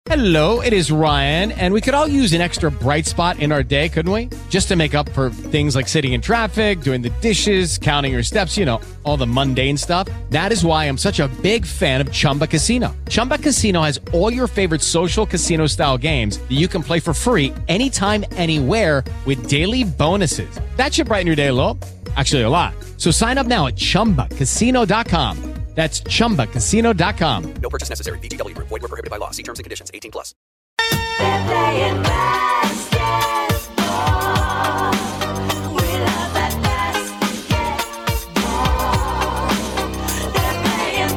Hello, it is Ryan, and we could all use an extra bright spot in our day, couldn't we? Just to make up for things like sitting in traffic, doing the dishes, counting your steps, you know, all the mundane stuff. That is why I'm such a big fan of Chumba Casino. Chumba Casino has all your favorite social casino-style games that you can play for free anytime, anywhere with daily bonuses. That should brighten your day a little. Actually, a lot. So sign up now at ChumbaCasino.com. That's ChumbaCasino.com. No purchase necessary. VGW Group. Void where prohibited by law. See terms and conditions. 18+. They're playing basketball. We love that basketball. They're playing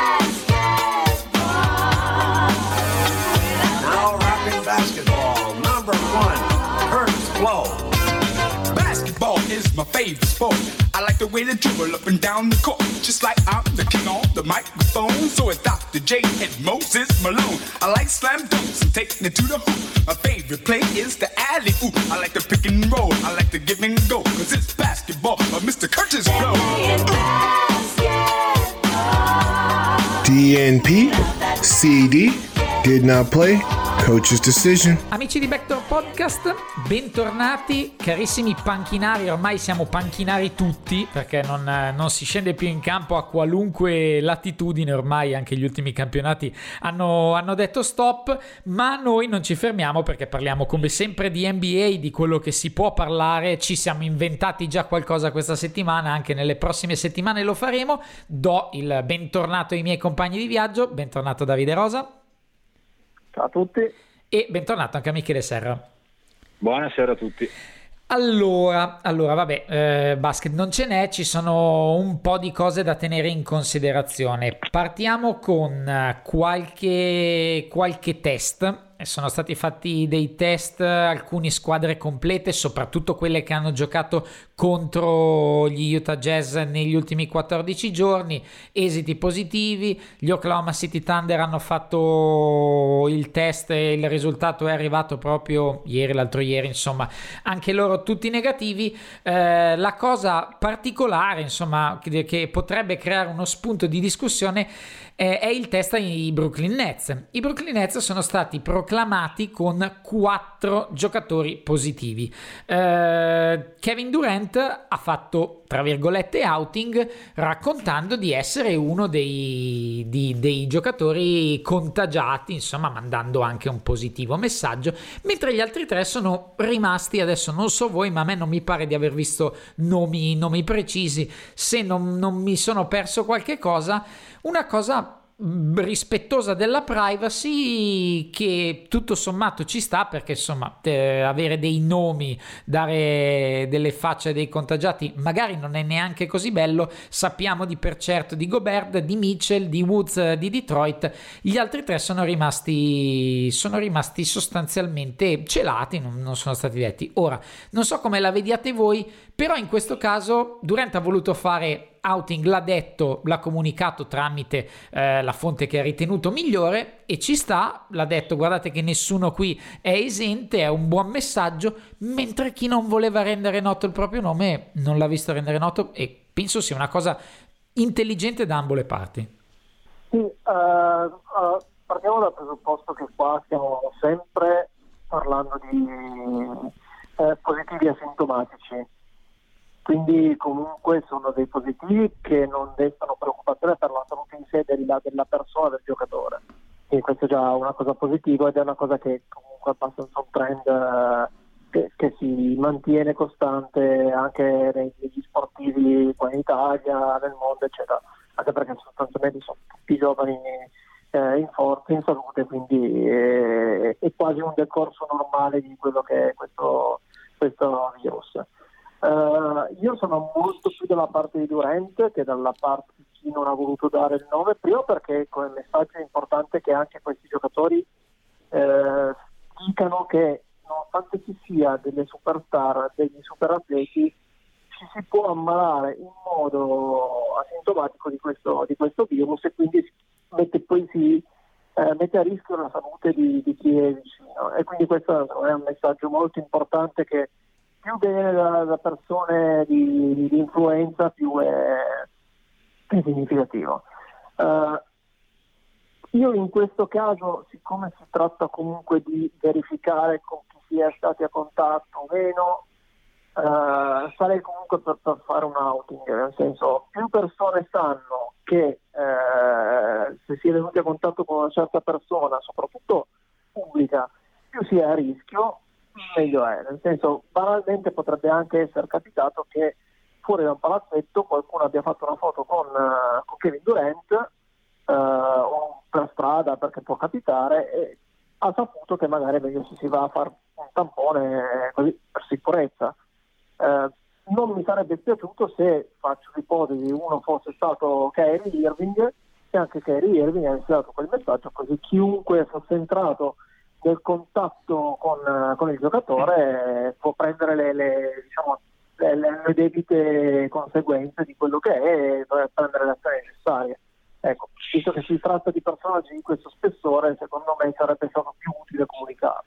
basketball. Now rapping basketball. Number 1, Curtis Blow. Basketball is my favorite sport. I like the way they dribble up and down the court, just like I'm the king on the microphone. So it's Dr. J and Moses Malone. I like slam dunks and taking it to the hoop. My favorite play is the alley-oop. I like the pick and roll. I like the give and go, cause it's basketball of Mr. Curtis Blow. DNP, CD, did not play, coach's decision. Amici di Backdoor Podcast, bentornati carissimi panchinari. Ormai siamo panchinari tutti, perché non si scende più in campo a qualunque latitudine. Ormai anche gli ultimi campionati hanno detto stop, ma noi non ci fermiamo, perché parliamo come sempre di NBA, di quello che si può parlare. Ci siamo inventati già qualcosa questa settimana, anche nelle prossime settimane lo faremo. Do il bentornato ai miei compagni di viaggio. Bentornato Davide Rosa. Ciao a tutti. E bentornato anche a Michele Serra. Buonasera a tutti. Allora, vabbè, basket non ce n'è, ci sono un po' di cose da tenere in considerazione. Partiamo con qualche test. Sono stati fatti dei test, alcune squadre complete, soprattutto quelle che hanno giocato contro gli Utah Jazz negli ultimi 14 giorni, esiti positivi. Gli Oklahoma City Thunder hanno fatto il test e il risultato è arrivato proprio ieri, l'altro ieri, insomma, anche loro tutti negativi. La cosa particolare, insomma, che potrebbe creare uno spunto di discussione è il test ai Brooklyn Nets. I Brooklyn Nets sono stati proclamati con 4 giocatori positivi. Kevin Durant ha fatto, tra virgolette, outing, raccontando di essere uno dei giocatori contagiati, insomma, mandando anche un positivo messaggio, mentre gli altri 3 sono rimasti, adesso non so voi, ma a me non mi pare di aver visto nomi precisi. Se non mi sono perso qualche cosa, una cosa rispettosa della privacy che tutto sommato ci sta, perché insomma avere dei nomi, dare delle facce dei contagiati magari non è neanche così bello. Sappiamo di per certo di Gobert, di Mitchell, di Woods, di Detroit. Gli altri 3 sono rimasti sostanzialmente celati, non sono stati detti. Ora non so come la vediate voi, però in questo caso Durant ha voluto fare outing, l'ha detto, l'ha comunicato tramite la fonte che ha ritenuto migliore, e ci sta, l'ha detto, guardate che nessuno qui è esente, è un buon messaggio, mentre chi non voleva rendere noto il proprio nome non l'ha visto rendere noto, e penso sia una cosa intelligente da ambo le parti. Sì, partiamo dal presupposto che qua stiamo sempre parlando di positivi asintomatici. Quindi comunque sono dei positivi che non destano preoccupazione per la salute in sé della persona, del giocatore. E questa è già una cosa positiva, ed è una cosa che comunque è abbastanza un trend che si mantiene costante anche negli sportivi qua in Italia, nel mondo, eccetera. Anche perché sostanzialmente sono tutti giovani in forza, in salute, quindi è quasi un decorso normale di quello che è questo virus. Io sono molto più dalla parte di Durant che dalla parte di chi non ha voluto dare il nome, prima perché come messaggio è importante che anche questi giocatori dicano che nonostante ci sia delle superstar, degli superatleti, ci si può ammalare in modo asintomatico di questo virus, e quindi mette a rischio la salute di chi è vicino. E quindi questo è un messaggio molto importante che più viene da persone di influenza, più è significativo. Io in questo caso, siccome si tratta comunque di verificare con chi si è stati a contatto o meno, sarei comunque per fare un outing, nel senso, più persone sanno che se si è venuti a contatto con una certa persona, soprattutto pubblica, più si è a rischio, meglio è. Nel senso, banalmente potrebbe anche essere capitato che fuori da un palazzetto qualcuno abbia fatto una foto con Kevin Durant o per strada, perché può capitare, e ha saputo che magari è meglio se si va a fare un tampone così per sicurezza. Non mi sarebbe piaciuto se, faccio l'ipotesi, uno fosse stato Kyrie Irving e anche Kyrie Irving avesse dato quel messaggio, così chiunque fosse entrato nel contatto con il giocatore può prendere le debite conseguenze di quello che è e prendere le azioni necessarie. Ecco, visto che si tratta di personaggi di questo spessore, secondo me sarebbe stato più utile comunicarlo.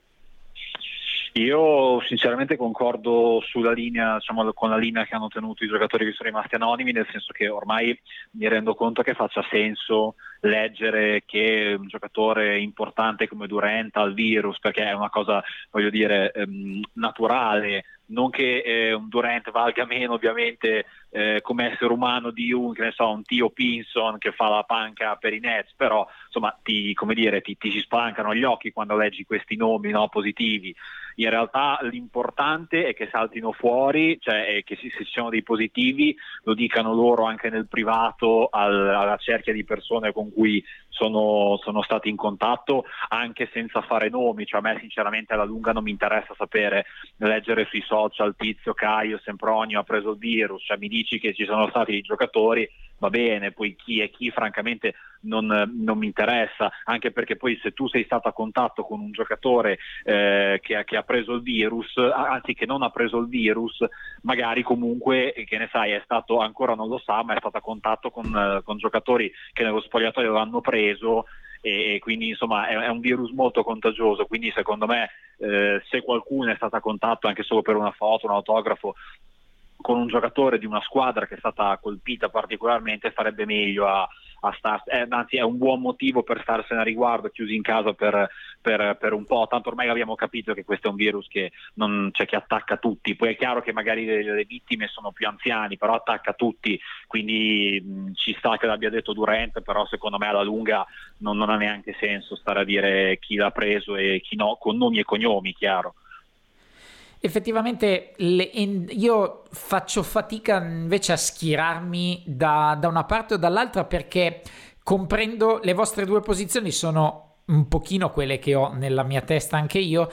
Io sinceramente concordo sulla linea, diciamo, con la linea che hanno tenuto i giocatori che sono rimasti anonimi, nel senso che ormai mi rendo conto che faccia senso leggere che un giocatore importante come Durant ha il virus, perché è una cosa, voglio dire, naturale. Non che un Durant valga meno ovviamente come essere umano di un Tio Pinson che fa la panca per i Nets, però insomma ti si spalancano gli occhi quando leggi questi nomi, no, positivi. In realtà l'importante è che saltino fuori, cioè che se ci sono dei positivi lo dicano loro anche nel privato alla cerchia di persone con cui sono stati in contatto, anche senza fare nomi. Cioè, a me sinceramente alla lunga non mi interessa sapere, leggere sui social Tizio, Caio, Sempronio ha preso il virus. Cioè, mi dici che ci sono stati dei giocatori, va bene, poi chi è chi francamente non mi interessa, anche perché poi se tu sei stato a contatto con un giocatore che ha preso il virus, anzi che non ha preso il virus, magari comunque, che ne sai, è stato, ancora non lo sa, ma è stato a contatto con giocatori che nello spogliatoio l'hanno preso, e quindi insomma è un virus molto contagioso. Quindi secondo me se qualcuno è stato a contatto anche solo per una foto, un autografo con un giocatore di una squadra che è stata colpita particolarmente, farebbe meglio a anzi è un buon motivo per starsene a riguardo, chiusi in casa per un po'. Tanto ormai abbiamo capito che questo è un virus che che attacca tutti. Poi è chiaro che magari le vittime sono più anziani, però attacca tutti, quindi ci sta che l'abbia detto Durant, però secondo me alla lunga non ha neanche senso stare a dire chi l'ha preso e chi no, con nomi e cognomi, chiaro. Effettivamente io faccio fatica invece a schierarmi da una parte o dall'altra, perché comprendo le vostre due posizioni, sono un pochino quelle che ho nella mia testa anche io,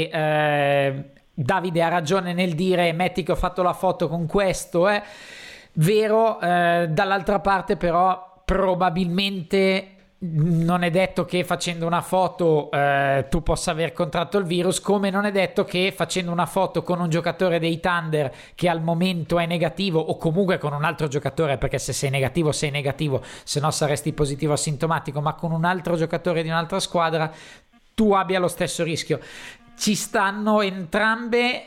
e Davide ha ragione nel dire metti che ho fatto la foto con questo, vero, dall'altra parte però probabilmente non è detto che facendo una foto tu possa aver contratto il virus, come non è detto che facendo una foto con un giocatore dei Thunder che al momento è negativo, o comunque con un altro giocatore, perché se sei negativo, se no saresti positivo asintomatico, ma con un altro giocatore di un'altra squadra tu abbia lo stesso rischio. Ci stanno entrambe,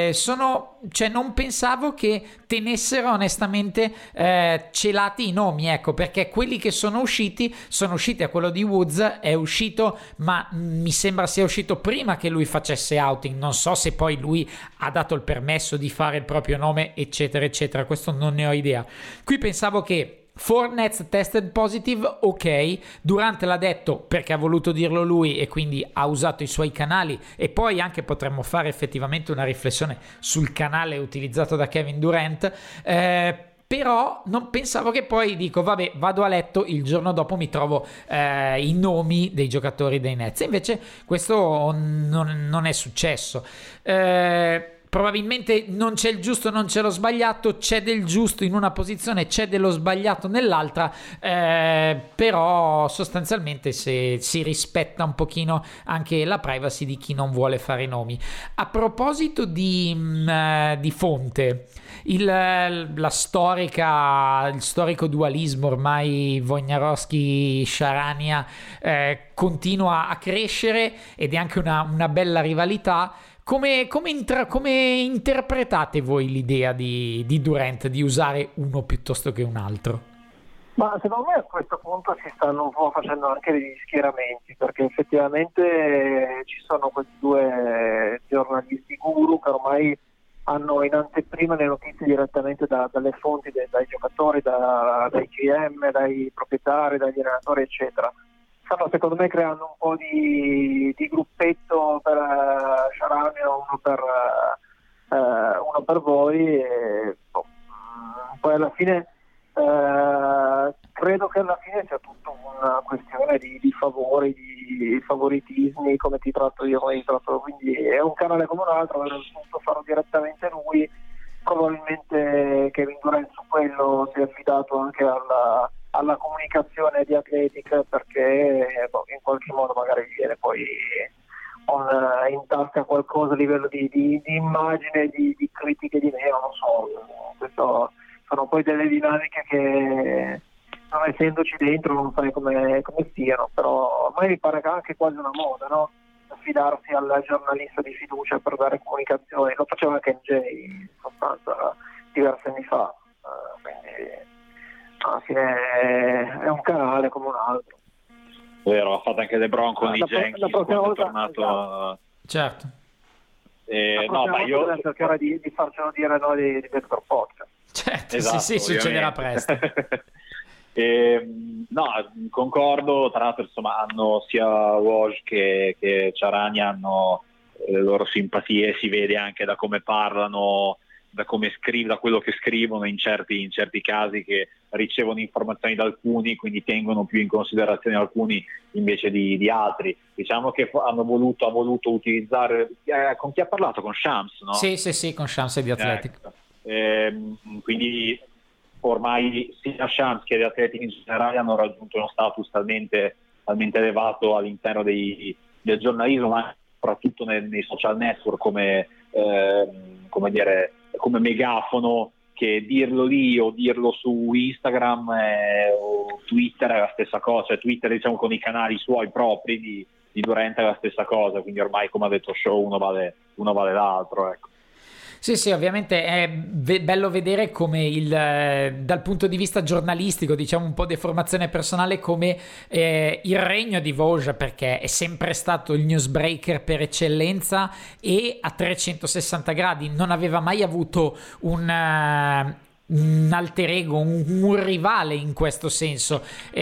non pensavo che tenessero onestamente celati i nomi, ecco, perché quelli che sono usciti a quello di Woods, è uscito, ma mi sembra sia uscito prima che lui facesse outing. Non so se poi lui ha dato il permesso di fare il proprio nome, eccetera eccetera, questo non ne ho idea. Qui pensavo che Fournette tested positive, ok, Durant l'ha detto perché ha voluto dirlo lui e quindi ha usato i suoi canali, e poi anche potremmo fare effettivamente una riflessione sul canale utilizzato da Kevin Durant, però non pensavo che poi dico vabbè, vado a letto, il giorno dopo mi trovo i nomi dei giocatori dei Nets. Invece questo non è successo. Probabilmente non c'è il giusto, non c'è lo sbagliato, c'è del giusto in una posizione, c'è dello sbagliato nell'altra, però sostanzialmente se si rispetta un pochino anche la privacy di chi non vuole fare i nomi. A proposito di fonte, il storico dualismo ormai Wojnarowski-Sharania continua a crescere, ed è anche una bella rivalità. Come interpretate voi l'idea di Durant di usare uno piuttosto che un altro? Ma secondo me a questo punto si stanno un po' facendo anche degli schieramenti, perché effettivamente ci sono questi due giornalisti guru che ormai hanno in anteprima le notizie direttamente dalle fonti, dai giocatori, dai GM, dai proprietari, dagli allenatori, eccetera. Stanno secondo me creando un po' di gruppetto per Sciarania, uno per voi, e poi alla fine credo che alla fine sia tutta una questione di favori, di favoritismi, come ti tratto io, come ti tratto, quindi è un canale come un altro, aver potuto farlo direttamente lui, probabilmente Kevin Durant su quello si è affidato anche alla comunicazione di Athletic, perché in qualche modo magari gli viene poi in tasca qualcosa a livello di immagine, di critiche di me, non lo so, questo sono poi delle dinamiche che non essendoci dentro non sai come stiano, però ormai mi pare che anche quasi una moda, no? Affidarsi al giornalista di fiducia per dare comunicazioni, lo faceva anche NJ in sostanza diversi anni fa, quindi alla fine è un canale come un altro. Vero, ha fatto anche LeBron con i Jenkins la prossima quando è volta, tornato. Certo. No, ma io dobbiamo cercare di farcelo dire noi di Vector Podcast. Certo, Esatto, sì, succederà presto. No, concordo, tra l'altro insomma hanno sia Woj che Ciarani hanno le loro simpatie, si vede anche da come parlano, da come scrivono, da quello che scrivono in certi casi, che ricevono informazioni da alcuni, quindi tengono più in considerazione alcuni invece di altri. Diciamo che ha voluto utilizzare, con chi ha parlato? Con Shams, no? Sì, con Shams e di Athletic. Quindi ormai sia Shams che The Athletic in generale hanno raggiunto uno status talmente elevato all'interno del giornalismo, ma soprattutto nei social network come megafono, che dirlo lì o dirlo su Instagram o Twitter è la stessa cosa, cioè Twitter diciamo con i canali suoi propri di Durant è la stessa cosa, quindi ormai come ha detto Show uno vale l'altro, ecco. Sì, ovviamente è bello vedere come dal punto di vista giornalistico, diciamo un po' di formazione personale, come il regno di Woj, perché è sempre stato il newsbreaker per eccellenza e a 360 gradi, non aveva mai avuto un alter ego, un rivale in questo senso.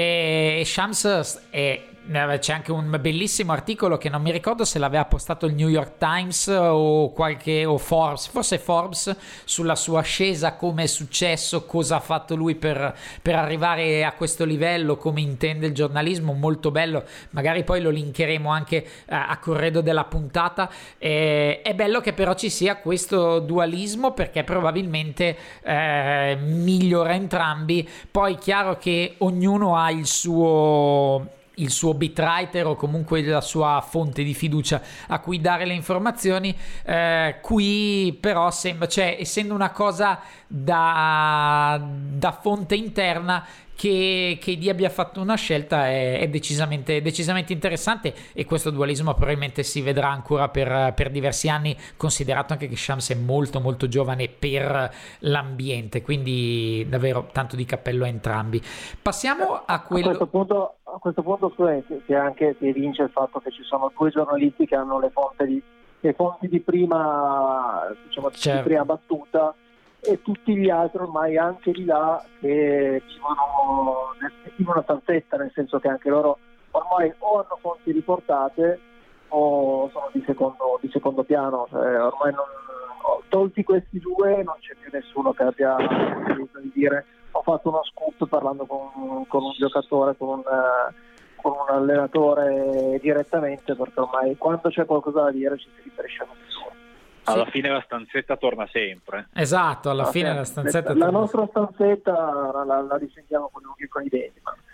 Shams c'è anche un bellissimo articolo che non mi ricordo se l'aveva postato il New York Times o Forbes, forse Forbes, sulla sua ascesa, come è successo, cosa ha fatto lui per arrivare a questo livello, come intende il giornalismo, molto bello, magari poi lo linkeremo anche a corredo della puntata. È bello che però ci sia questo dualismo, perché probabilmente migliora entrambi. Poi chiaro che ognuno ha il suo beatwriter o comunque la sua fonte di fiducia a cui dare le informazioni. Qui però sembra, cioè, essendo una cosa da fonte interna, che KD abbia fatto una scelta è decisamente interessante, e questo dualismo probabilmente si vedrà ancora per diversi anni, considerato anche che Shams è molto molto giovane per l'ambiente, quindi davvero tanto di cappello a entrambi. Passiamo a quello... A questo punto che anche si evince il fatto che ci sono due giornalisti che hanno le fonti di prima, diciamo, certo, di prima battuta, e tutti gli altri ormai anche di là che vivono una stanzetta, nel senso che anche loro ormai o hanno fonti riportate o sono di secondo piano, cioè ormai tolti questi due non c'è più nessuno che abbia deciso di dire ho fatto uno scoop parlando con un giocatore, con un allenatore direttamente, perché ormai quando c'è qualcosa da dire ci si riferisce a nessuno. Alla fine la stanzetta torna sempre. Esatto, alla fine la stanzetta la nostra stanzetta la difendiamo con i denti,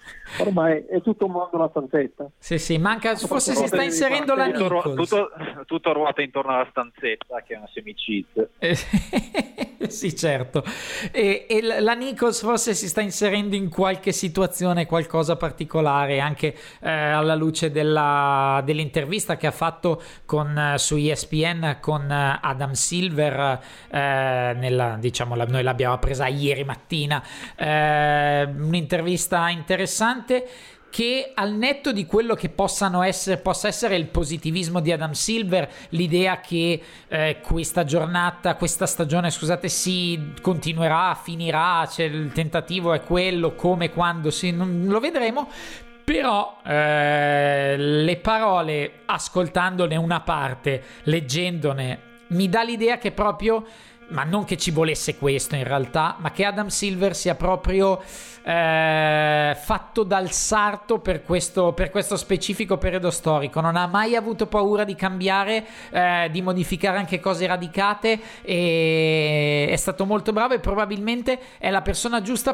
Ormai è tutto un mondo una stanzetta. Sì, manca, forse si sta inserendo la Nichols. Tutto ruota intorno alla stanzetta, che è una semi-cheat. Sì, certo. E la Nichols forse si sta inserendo in qualche situazione, qualcosa particolare, anche alla luce dell'intervista che ha fatto su ESPN con Adam Silver, noi l'abbiamo presa ieri mattina, un'intervista interessante, che al netto di quello che possa essere il positivismo di Adam Silver, l'idea che questa stagione si continuerà, finirà, cioè il tentativo è quello, come, quando, non lo vedremo. Però le parole, ascoltandone una parte, leggendone, mi dà l'idea che proprio, ma non che ci volesse questo in realtà, ma che Adam Silver sia proprio fatto dal sarto per questo specifico periodo storico. Non ha mai avuto paura di cambiare, di modificare anche cose radicate, e è stato molto bravo, e probabilmente è la persona giusta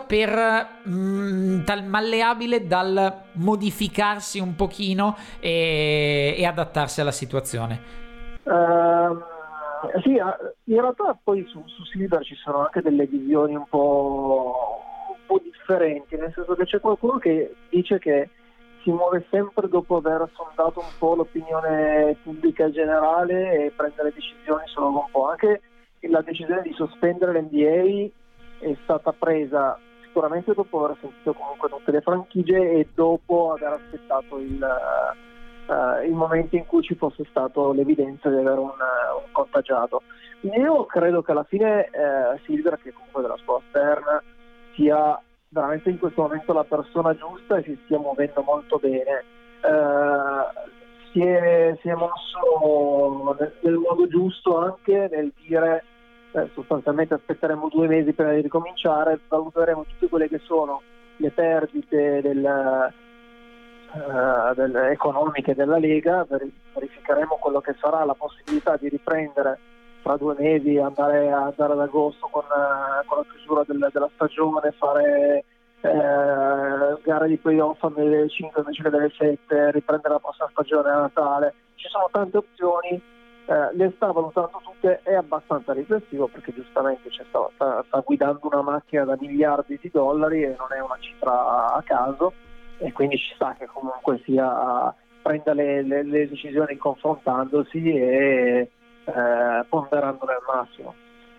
malleabile dal modificarsi un pochino e adattarsi alla situazione. Sì, in realtà poi su Silver ci sono anche delle visioni un po' differenti, nel senso che c'è qualcuno che dice che si muove sempre dopo aver sondato un po' l'opinione pubblica generale e prendere decisioni solo un po'. Anche la decisione di sospendere l'NBA è stata presa sicuramente dopo aver sentito comunque tutte le franchigie e dopo aver aspettato il momento in cui ci fosse stato l'evidenza di avere un contagiato. Io credo che alla fine Silver, che comunque della scuola Stern, sia veramente in questo momento la persona giusta e si stia muovendo molto bene. Si è mosso nel modo giusto anche nel dire sostanzialmente aspetteremo 2 mesi prima di ricominciare, valuteremo tutte quelle che sono le perdite economiche della Lega, verificheremo quello che sarà la possibilità di riprendere fra 2 mesi, andare ad agosto con la chiusura della stagione, fare gare di playoff nelle 5 invece che delle 7, riprendere la prossima stagione a Natale. Ci sono tante opzioni, le sta valutando tutte, è abbastanza riflessivo perché giustamente sta guidando una macchina da miliardi di dollari e non è una cifra a caso, e quindi ci sta che comunque prenda le decisioni confrontandosi e ponderandole al massimo.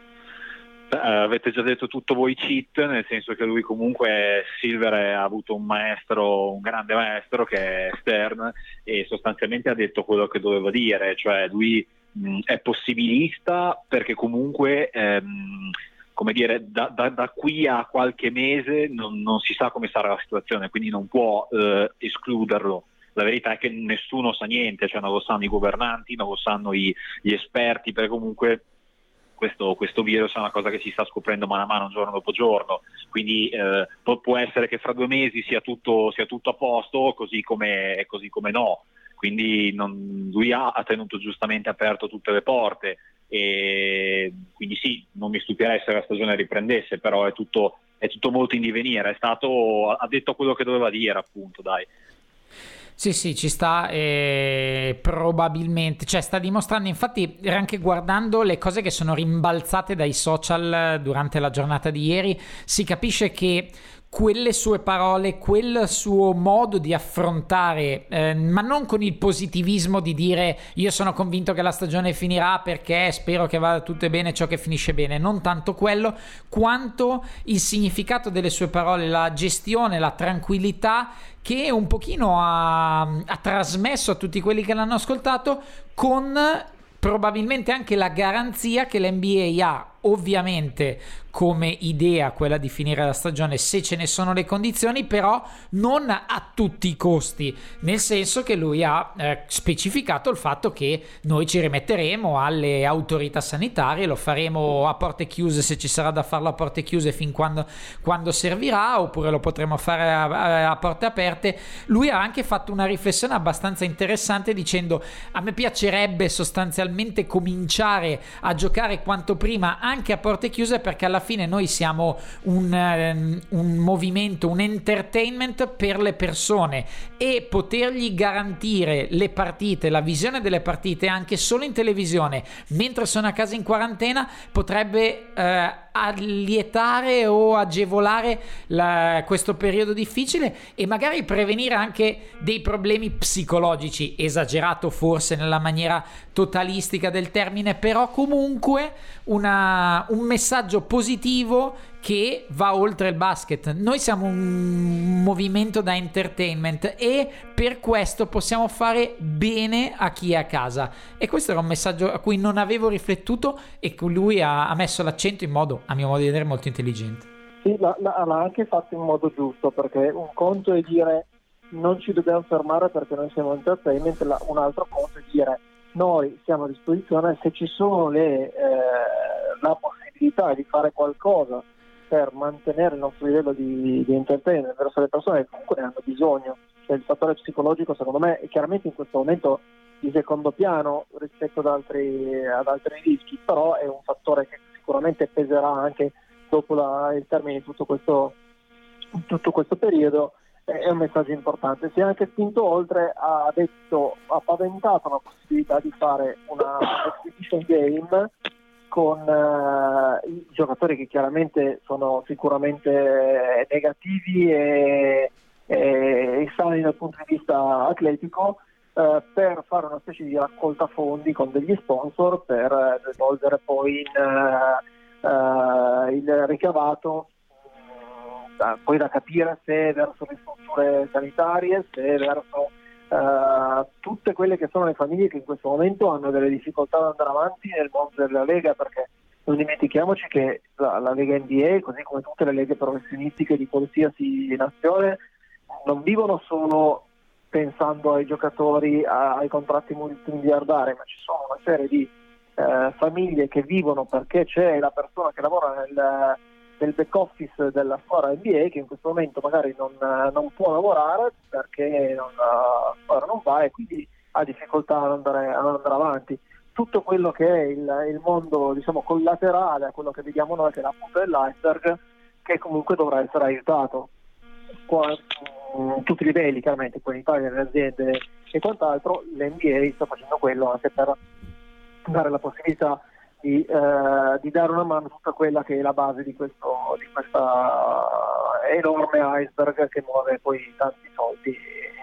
Avete già detto tutto voi, cheat, nel senso che lui comunque, Silver, ha avuto un grande maestro che è Stern, e sostanzialmente ha detto quello che doveva dire, cioè lui è possibilista perché comunque come dire, da qui a qualche mese non si sa come sarà la situazione, quindi non può escluderlo. La verità è che nessuno sa niente, cioè non lo sanno i governanti, non lo sanno gli esperti, perché comunque questo virus è una cosa che si sta scoprendo mano a mano, giorno dopo giorno, quindi può essere che fra 2 mesi sia tutto a posto, così come no. Quindi lui ha tenuto giustamente aperto tutte le porte, e quindi sì, non mi stupirei se la stagione riprendesse, però è tutto molto in divenire. Ha detto quello che doveva dire, appunto, dai. Sì, ci sta, probabilmente, cioè sta dimostrando, infatti anche guardando le cose che sono rimbalzate dai social durante la giornata di ieri, si capisce che quelle sue parole, quel suo modo di affrontare, ma non con il positivismo di dire io sono convinto che la stagione finirà perché spero che vada tutto bene ciò che finisce bene, non tanto quello quanto il significato delle sue parole, la gestione, la tranquillità che un pochino ha trasmesso a tutti quelli che l'hanno ascoltato, con probabilmente anche la garanzia che l'NBA ha ovviamente come idea quella di finire la stagione se ce ne sono le condizioni, però non a tutti i costi, nel senso che lui ha specificato il fatto che noi ci rimetteremo alle autorità sanitarie, lo faremo a porte chiuse se ci sarà da farlo a porte chiuse fin quando servirà, oppure lo potremo fare a porte aperte. Lui ha anche fatto una riflessione abbastanza interessante dicendo: a me piacerebbe sostanzialmente cominciare a giocare quanto prima, anche a porte chiuse, perché alla fine noi siamo un movimento, un entertainment per le persone, e potergli garantire le partite, la visione delle partite anche solo in televisione mentre sono a casa in quarantena potrebbe allietare o agevolare questo periodo difficile, e magari prevenire anche dei problemi psicologici, esagerato forse nella maniera totalistica del termine, però comunque un messaggio positivo che va oltre il basket. Noi siamo un movimento da entertainment e per questo possiamo fare bene a chi è a casa, e questo era un messaggio a cui non avevo riflettuto e che lui ha messo l'accento in modo, a mio modo di vedere, molto intelligente. Sì, l'ha anche fatto in modo giusto, perché un conto è dire non ci dobbiamo fermare perché noi siamo entertainment, un altro conto è dire noi siamo a disposizione se ci sono la possibilità di fare qualcosa per mantenere il nostro livello di entertainment verso le persone che comunque ne hanno bisogno. Cioè, il fattore psicologico secondo me è chiaramente in questo momento di secondo piano rispetto ad altri rischi, però è un fattore che sicuramente peserà anche dopo il termine di tutto questo periodo. È un messaggio importante. Si è anche spinto oltre, ha paventato la possibilità di fare una exhibition game con i giocatori che chiaramente sono sicuramente negativi e sani dal punto di vista atletico, per fare una specie di raccolta fondi con degli sponsor per devolvere poi il ricavato, poi da capire se verso le strutture sanitarie, se verso tutte quelle che sono le famiglie che in questo momento hanno delle difficoltà ad andare avanti nel mondo della Lega, perché non dimentichiamoci che la Lega NBA, così come tutte le leghe professionistiche di qualsiasi nazione, non vivono solo pensando ai giocatori, ai contratti multimiliardari, ma ci sono una serie di famiglie che vivono perché c'è la persona che lavora nel back office della squadra NBA, che in questo momento magari non può lavorare perché la squadra non va e quindi ha difficoltà ad andare avanti. Tutto quello che è il mondo, diciamo, collaterale a quello che vediamo noi, che è la punta dell'iceberg, che comunque dovrà essere aiutato in tutti i livelli, chiaramente qua in Italia, nelle aziende e quant'altro. L'NBA sta facendo quello anche per dare la possibilità di dare una mano a tutta quella che è la base di questa enorme iceberg che muove poi tanti soldi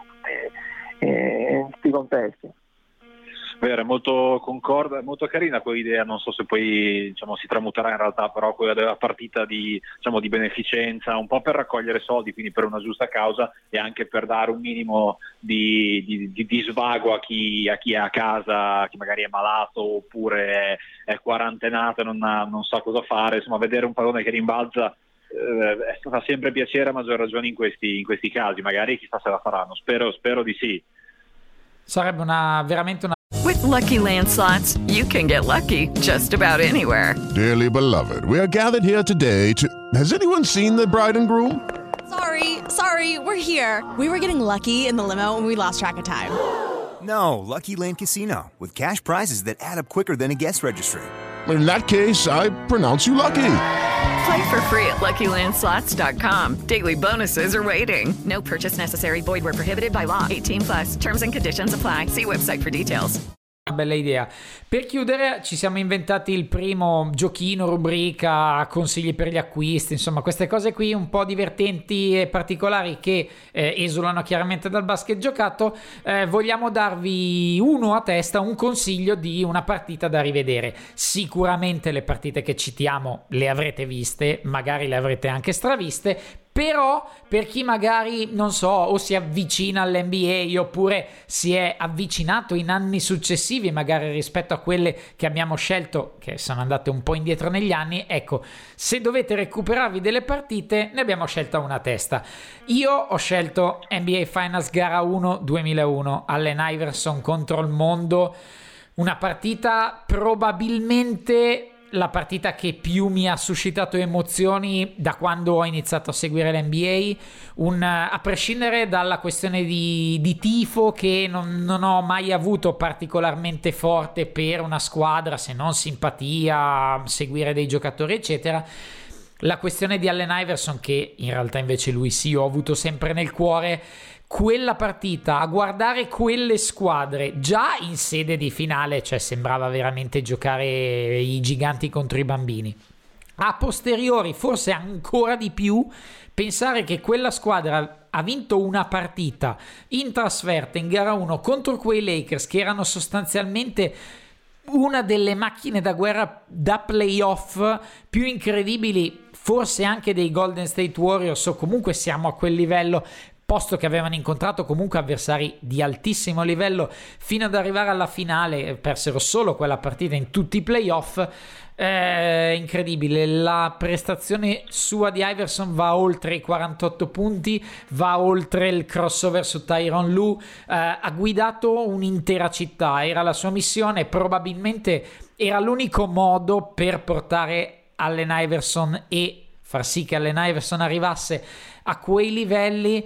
in tutti i contesti. Vero, è molto concorde, è molto carina quell'idea, non so se poi, diciamo, si tramuterà in realtà, però quella della partita di beneficenza, un po' per raccogliere soldi, quindi per una giusta causa, e anche per dare un minimo di svago a chi è a casa, chi magari è malato oppure è quarantenato e non sa cosa fare. Insomma, vedere un pallone che rimbalza fa sempre piacere, a maggior ragione in questi casi. Magari chissà se la faranno, spero di sì. Sarebbe veramente una... With Lucky Land Slots, you can get lucky just about anywhere. Dearly beloved, we are gathered here today to... Has anyone seen the bride and groom? Sorry, we're here. We were getting lucky in the limo and we lost track of time. No, Lucky Land Casino, with cash prizes that add up quicker than a guest registry. In that case, I pronounce you lucky. Play for free at LuckyLandSlots.com. Daily bonuses are waiting. No purchase necessary. Void where prohibited by law. 18+. Terms and conditions apply. See website for details. Una bella idea. Per chiudere, ci siamo inventati il primo giochino, rubrica, consigli per gli acquisti, insomma queste cose qui un po' divertenti e particolari che esulano chiaramente dal basket giocato. Vogliamo darvi uno a testa, un consiglio di una partita da rivedere. Sicuramente le partite che citiamo le avrete viste, magari le avrete anche straviste, però per chi magari, non so, o si avvicina all'NBA oppure si è avvicinato in anni successivi magari rispetto a quelle che abbiamo scelto, che sono andate un po' indietro negli anni, ecco, se dovete recuperarvi delle partite, ne abbiamo scelta una a testa. Io ho scelto NBA Finals gara 1 2001, Allen Iverson contro il mondo, una partita probabilmente la partita che più mi ha suscitato emozioni da quando ho iniziato a seguire l'NBA, a prescindere dalla questione di tifo che non ho mai avuto particolarmente forte per una squadra, se non simpatia, seguire dei giocatori eccetera. La questione di Allen Iverson, che in realtà invece lui sì ho avuto sempre nel cuore, quella partita, a guardare quelle squadre già in sede di finale, cioè sembrava veramente giocare i giganti contro i bambini. A posteriori forse ancora di più, pensare che quella squadra ha vinto una partita in trasferta in gara 1 contro quei Lakers che erano sostanzialmente una delle macchine da guerra da playoff più incredibili forse anche dei Golden State Warriors, o comunque siamo a quel livello, posto che avevano incontrato comunque avversari di altissimo livello fino ad arrivare alla finale. Persero solo quella partita in tutti i playoff. Incredibile, la prestazione sua di Iverson va oltre i 48 punti, va oltre il crossover su Tyronn Lue, ha guidato un'intera città, era la sua missione, probabilmente era l'unico modo per portare Allen Iverson e far sì che Allen Iverson arrivasse a quei livelli.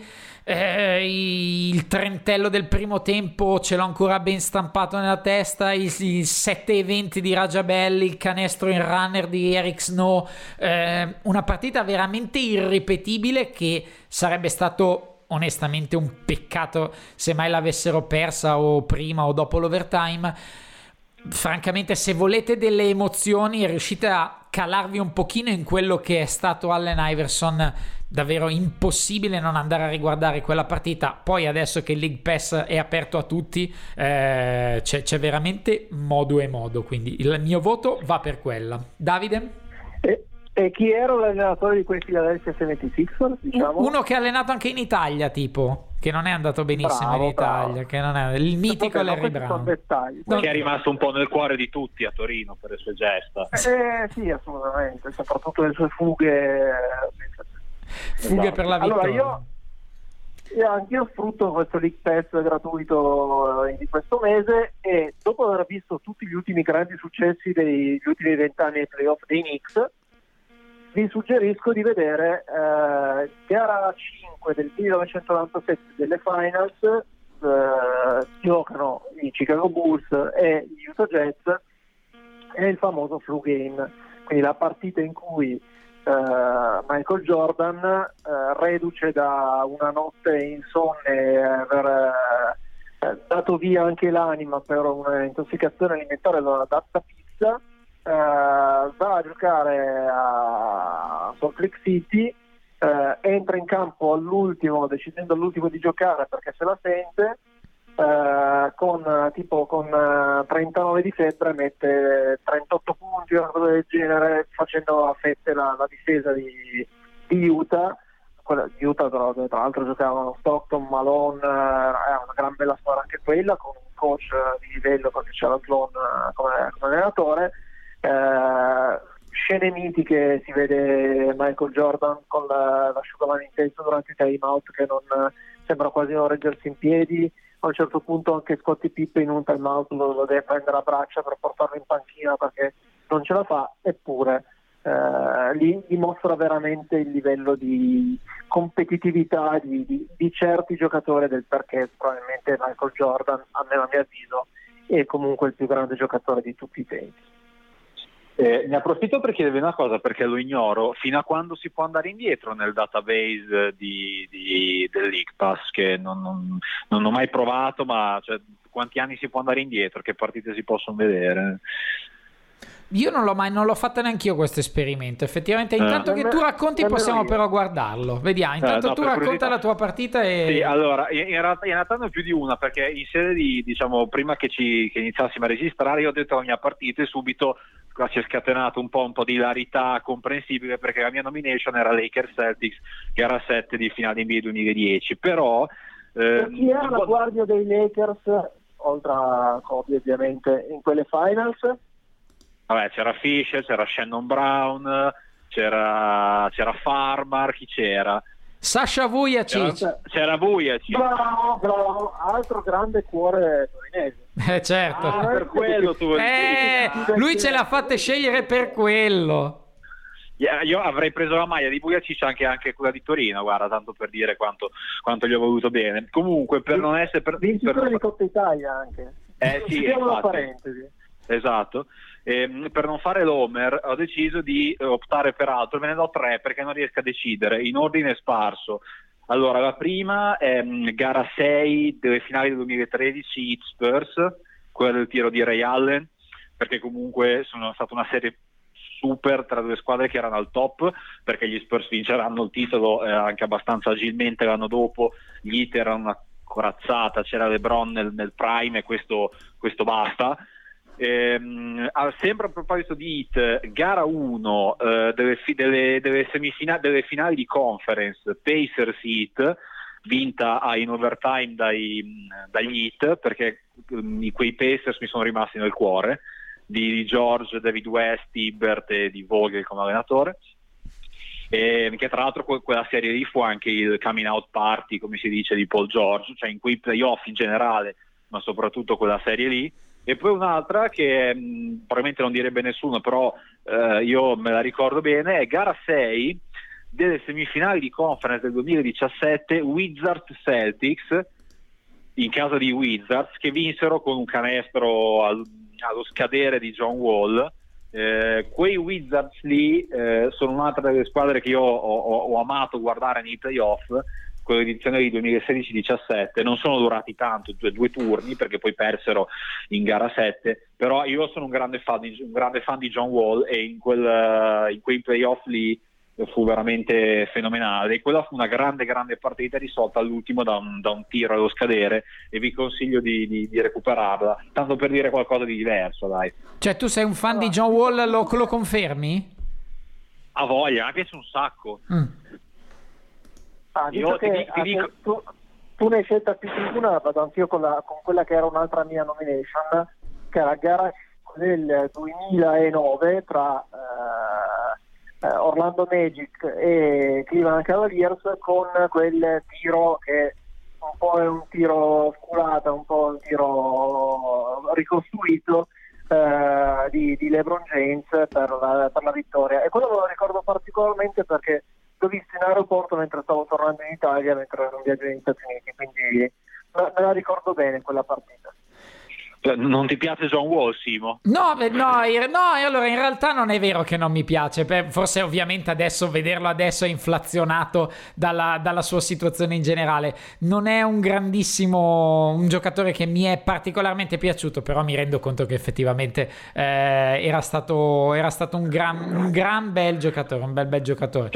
Il trentello del primo tempo ce l'ho ancora ben stampato nella testa, i 7-20 di Raja Bell, il canestro in runner di Eric Snow, una partita veramente irripetibile che sarebbe stato onestamente un peccato se mai l'avessero persa o prima o dopo l'overtime. Francamente, se volete delle emozioni, riuscite a calarvi un pochino in quello che è stato Allen Iverson, davvero impossibile non andare a riguardare quella partita. Poi adesso che il League Pass è aperto a tutti, c'è veramente modo e modo, quindi il mio voto va per quella. Davide? E chi era l'allenatore di quei Philadelphia 76ers? Diciamo? Uno che ha allenato anche in Italia, tipo, che non è andato benissimo in Italia, che non è il mitico Larry Brown, che è rimasto un po' nel cuore di tutti a Torino per le sue gesta. Sì, assolutamente, soprattutto le sue fughe per la vittoria. Allora anch'io sfrutto questo League Pass gratuito di questo mese, e dopo aver visto tutti gli ultimi grandi successi degli ultimi 20 anni ai playoff dei Knicks, vi suggerisco di vedere gara 5 del 1997 delle Finals. Giocano i Chicago Bulls e gli Utah Jazz, è il famoso flu game, quindi la partita in cui Michael Jordan, reduce da una notte insonne, aver dato via anche l'anima per un'intossicazione alimentare da pizza, va a giocare a Salt Lake City, entra in campo all'ultimo, decidendo all'ultimo di giocare perché se la sente, con 39 di febbre mette 38 punti o una cosa del genere, facendo a fette la difesa di Utah. Quella di Utah tra l'altro giocavano Stockton, Malone, è una gran bella squadra anche quella, con un coach di livello perché c'era Sloan come allenatore. Scene mitiche, si vede Michael Jordan con l'asciugamano in testa durante i time out che non sembra quasi non reggersi in piedi. A un certo punto anche Scottie Pippen in un time out lo deve prendere a braccia per portarlo in panchina perché non ce la fa, eppure lì dimostra veramente il livello di competitività di certi giocatori, del perché probabilmente Michael Jordan, almeno a mio avviso, è comunque il più grande giocatore di tutti i tempi. Ne approfitto per chiedervi una cosa, perché lo ignoro: fino a quando si può andare indietro nel database del League Pass, che non ho mai provato, ma cioè, quanti anni si può andare indietro, che partite si possono vedere? Io non l'ho fatto neanche io questo esperimento, effettivamente. Intanto che tu racconti possiamo però guardarlo, vediamo. Intanto tu racconta la tua partita e... Sì, allora in realtà ne ho più di una, perché in sede di, diciamo, prima che iniziassimo a registrare, io ho detto la mia partita e subito qua si è scatenato un po' di ilarità comprensibile, perché la mia nomination era Lakers Celtics, gara 7 di finale NBA 2010. Però chi era la guardia dei Lakers, oltre a Kobe ovviamente, in quelle finals? Vabbè, c'era Fisher, c'era Shannon Brown, c'era Farmar, chi c'era? Sasha Vujacic. C'era Vujacic. Bravo, altro grande cuore cinese. Certo. Per quello tu Lui ce l'ha fatte scegliere per quello. Io avrei preso la maglia di Bugacic anche quella di Torino, guarda, tanto per dire quanto gli ho voluto bene. Comunque, per non essere vincitore di Coppa Italia anche. Sì, Chiudiamo la infatti. parentesi. Esatto. Per non fare l'homer ho deciso di optare per altro, ve ne do 3 perché non riesco a decidere in ordine sparso. Allora, la prima è gara 6 delle finali del 2013 Heat Spurs, quella del tiro di Ray Allen, perché comunque sono stata una serie super tra due squadre che erano al top, perché gli Spurs vinceranno il titolo anche abbastanza agilmente l'anno dopo. Gli Heat erano una corazzata, c'era LeBron nel prime e questo basta. Sempre a proposito di Heat, gara 1 delle semifinali, delle finali di conference Pacers Heat, vinta in overtime dagli Heat, perché quei Pacers mi sono rimasti nel cuore, di George, David West, Hibbert e di Vogel come allenatore, che tra l'altro quella serie lì fu anche il coming out party, come si dice, di Paul George, cioè in quei playoff in generale, ma soprattutto quella serie lì. E poi un'altra che probabilmente non direbbe nessuno, però io me la ricordo bene, è gara 6 delle semifinali di conference del 2017 Wizards Celtics, in casa di Wizards, che vinsero con un canestro allo scadere di John Wall. Quei Wizards lì sono un'altra delle squadre che io ho amato guardare nei playoff, quell'edizione di 2016-17. Non sono durati tanto, due turni, perché poi persero in gara 7, però io sono un grande fan di John Wall, e in quei playoff lì fu veramente fenomenale. E quella fu una grande partita risolta all'ultimo da un tiro allo scadere, e vi consiglio di recuperarla, tanto per dire qualcosa di diverso, dai. Cioè, tu sei un fan di John Wall, lo confermi? A voglia, mi piace un sacco. Io ti dico... tu ne hai scelta più di una, vado anch'io con quella che era un'altra mia nomination, che era gara del 2009 tra Orlando Magic e Cleveland Cavaliers, con quel tiro che un po' è un tiro sculato, un po' un tiro ricostruito di LeBron James per la vittoria. E quello me lo ricordo particolarmente perché l'ho visto in aeroporto mentre stavo tornando in Italia, mentre ero in viaggio negli Stati Uniti, quindi me la ricordo bene quella partita. Non ti piace John Wall, Simo? No, allora in realtà non è vero che non mi piace. Forse ovviamente vederlo adesso è inflazionato dalla sua situazione in generale. Non è un giocatore che mi è particolarmente piaciuto, però mi rendo conto che effettivamente era stato un gran bel giocatore, un bel giocatore.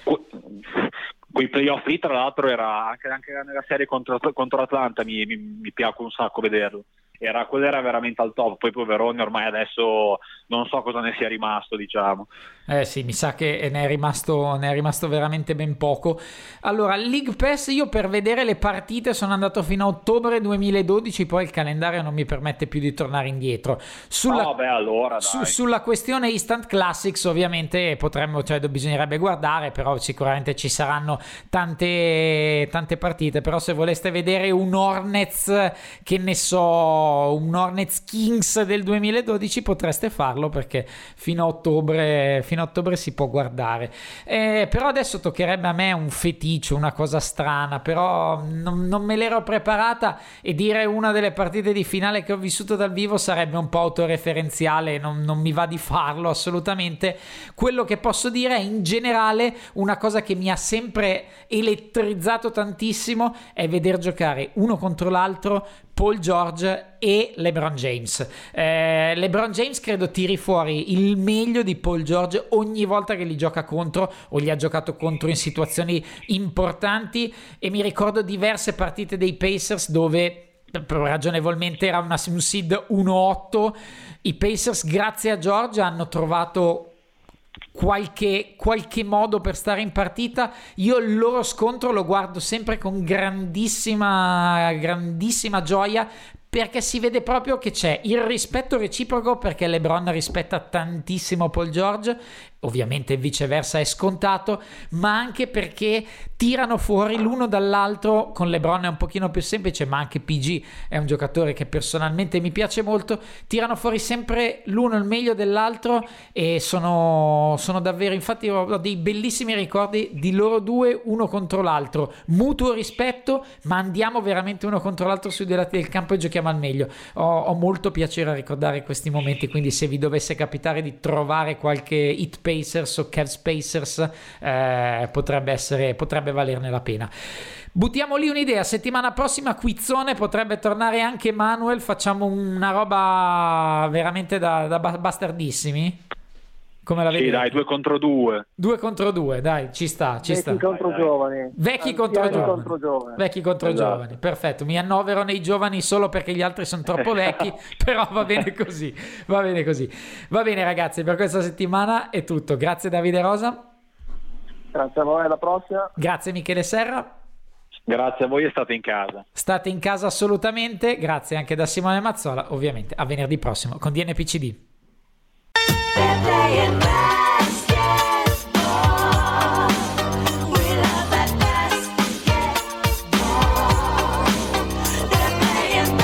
Quei playoff lì, tra l'altro, era anche nella serie contro Atlanta, mi piace un sacco vederlo. Quello era veramente al top. Poi poverone, ormai adesso non so cosa ne sia rimasto, diciamo. Sì, mi sa che ne è rimasto veramente ben poco. Allora, League Pass, io per vedere le partite sono andato fino a ottobre 2012, poi il calendario non mi permette più di tornare indietro. Allora dai. Sulla questione Instant Classics ovviamente bisognerebbe guardare, però sicuramente ci saranno tante partite. Però se voleste vedere un Hornets, che ne so, un Hornets Kings del 2012, potreste farlo, perché fino a ottobre si può guardare. Però adesso toccherebbe a me un feticcio, una cosa strana, però non me l'ero preparata, e dire una delle partite di finale che ho vissuto dal vivo sarebbe un po' autoreferenziale, non mi va di farlo assolutamente. Quello che posso dire è, in generale, una cosa che mi ha sempre elettrizzato tantissimo è veder giocare uno contro l'altro Paul George e LeBron James. LeBron James credo tiri fuori il meglio di Paul George ogni volta che li gioca contro, o li ha giocato contro in situazioni importanti, e mi ricordo diverse partite dei Pacers dove ragionevolmente era un seed 1-8. I Pacers, grazie a George, hanno trovato qualche modo per stare in partita. Io il loro scontro lo guardo sempre con grandissima gioia, perché si vede proprio che c'è il rispetto reciproco, perché LeBron rispetta tantissimo Paul George, ovviamente viceversa è scontato, ma anche perché tirano fuori l'uno dall'altro. Con LeBron è un pochino più semplice, ma anche PG è un giocatore che personalmente mi piace molto. Tirano fuori sempre l'uno il meglio dell'altro e sono davvero, infatti ho dei bellissimi ricordi di loro due uno contro l'altro, mutuo rispetto, ma andiamo veramente uno contro l'altro sui due lati del campo e giochiamo al meglio. Ho molto piacere a ricordare questi momenti, quindi se vi dovesse capitare di trovare qualche Heat Pacers o Cavs Pacers, potrebbe valerne la pena. Buttiamo lì un'idea: settimana prossima quizzone, potrebbe tornare anche Manuel, facciamo una roba veramente da bastardissimi. Come la vedi? Sì, dai, 2 contro 2. 2 contro 2, dai, ci sta. Contro giovani. Vecchi contro giovani. Vecchi contro giovani, perfetto. Mi annovero nei giovani solo perché gli altri sono troppo vecchi, però va bene così. Va bene ragazzi, per questa settimana è tutto. Grazie Davide Rosa. Grazie a voi, alla prossima. Grazie Michele Serra. Grazie a voi, state in casa. State in casa assolutamente. Grazie anche da Simone Mazzola, ovviamente. A venerdì prossimo con DNPCD. They're playing basketball. We love that basketball. They're playing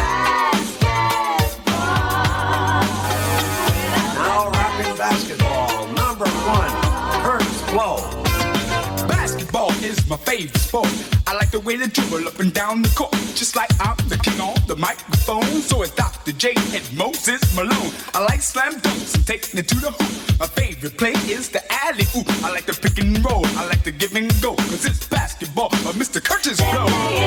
basketball. Now rapping basketball, number 1, Curtis Blow. Basketball is my favorite sport. I like the way they dribble up and down the court, just like I'm the king on the microphone. So is Dr. J and Moses Malone. I like slam dunks and taking it to the hoop. My favorite play is the alley-oop. I like the pick and roll. I like the give and go, 'cause it's basketball of Mr. Curtis Blow.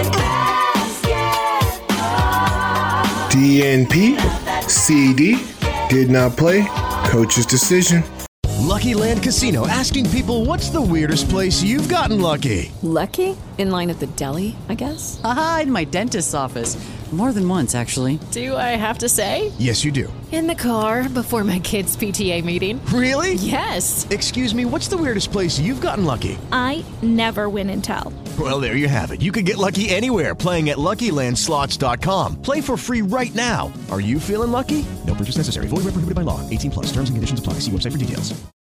DNP, CD, did not play, coach's decision. Lucky Land Casino, asking people, what's the weirdest place you've gotten lucky? Lucky? In line at the deli, I guess? Aha, in my dentist's office. More than once, actually. Do I have to say? Yes, you do. In the car before my kids' PTA meeting. Really? Yes. Excuse me, what's the weirdest place you've gotten lucky? I never win and tell. Well, there you have it. You can get lucky anywhere, playing at LuckyLandSlots.com. Play for free right now. Are you feeling lucky? No purchase necessary. Void where prohibited by law. 18+. Terms and conditions apply. See website for details.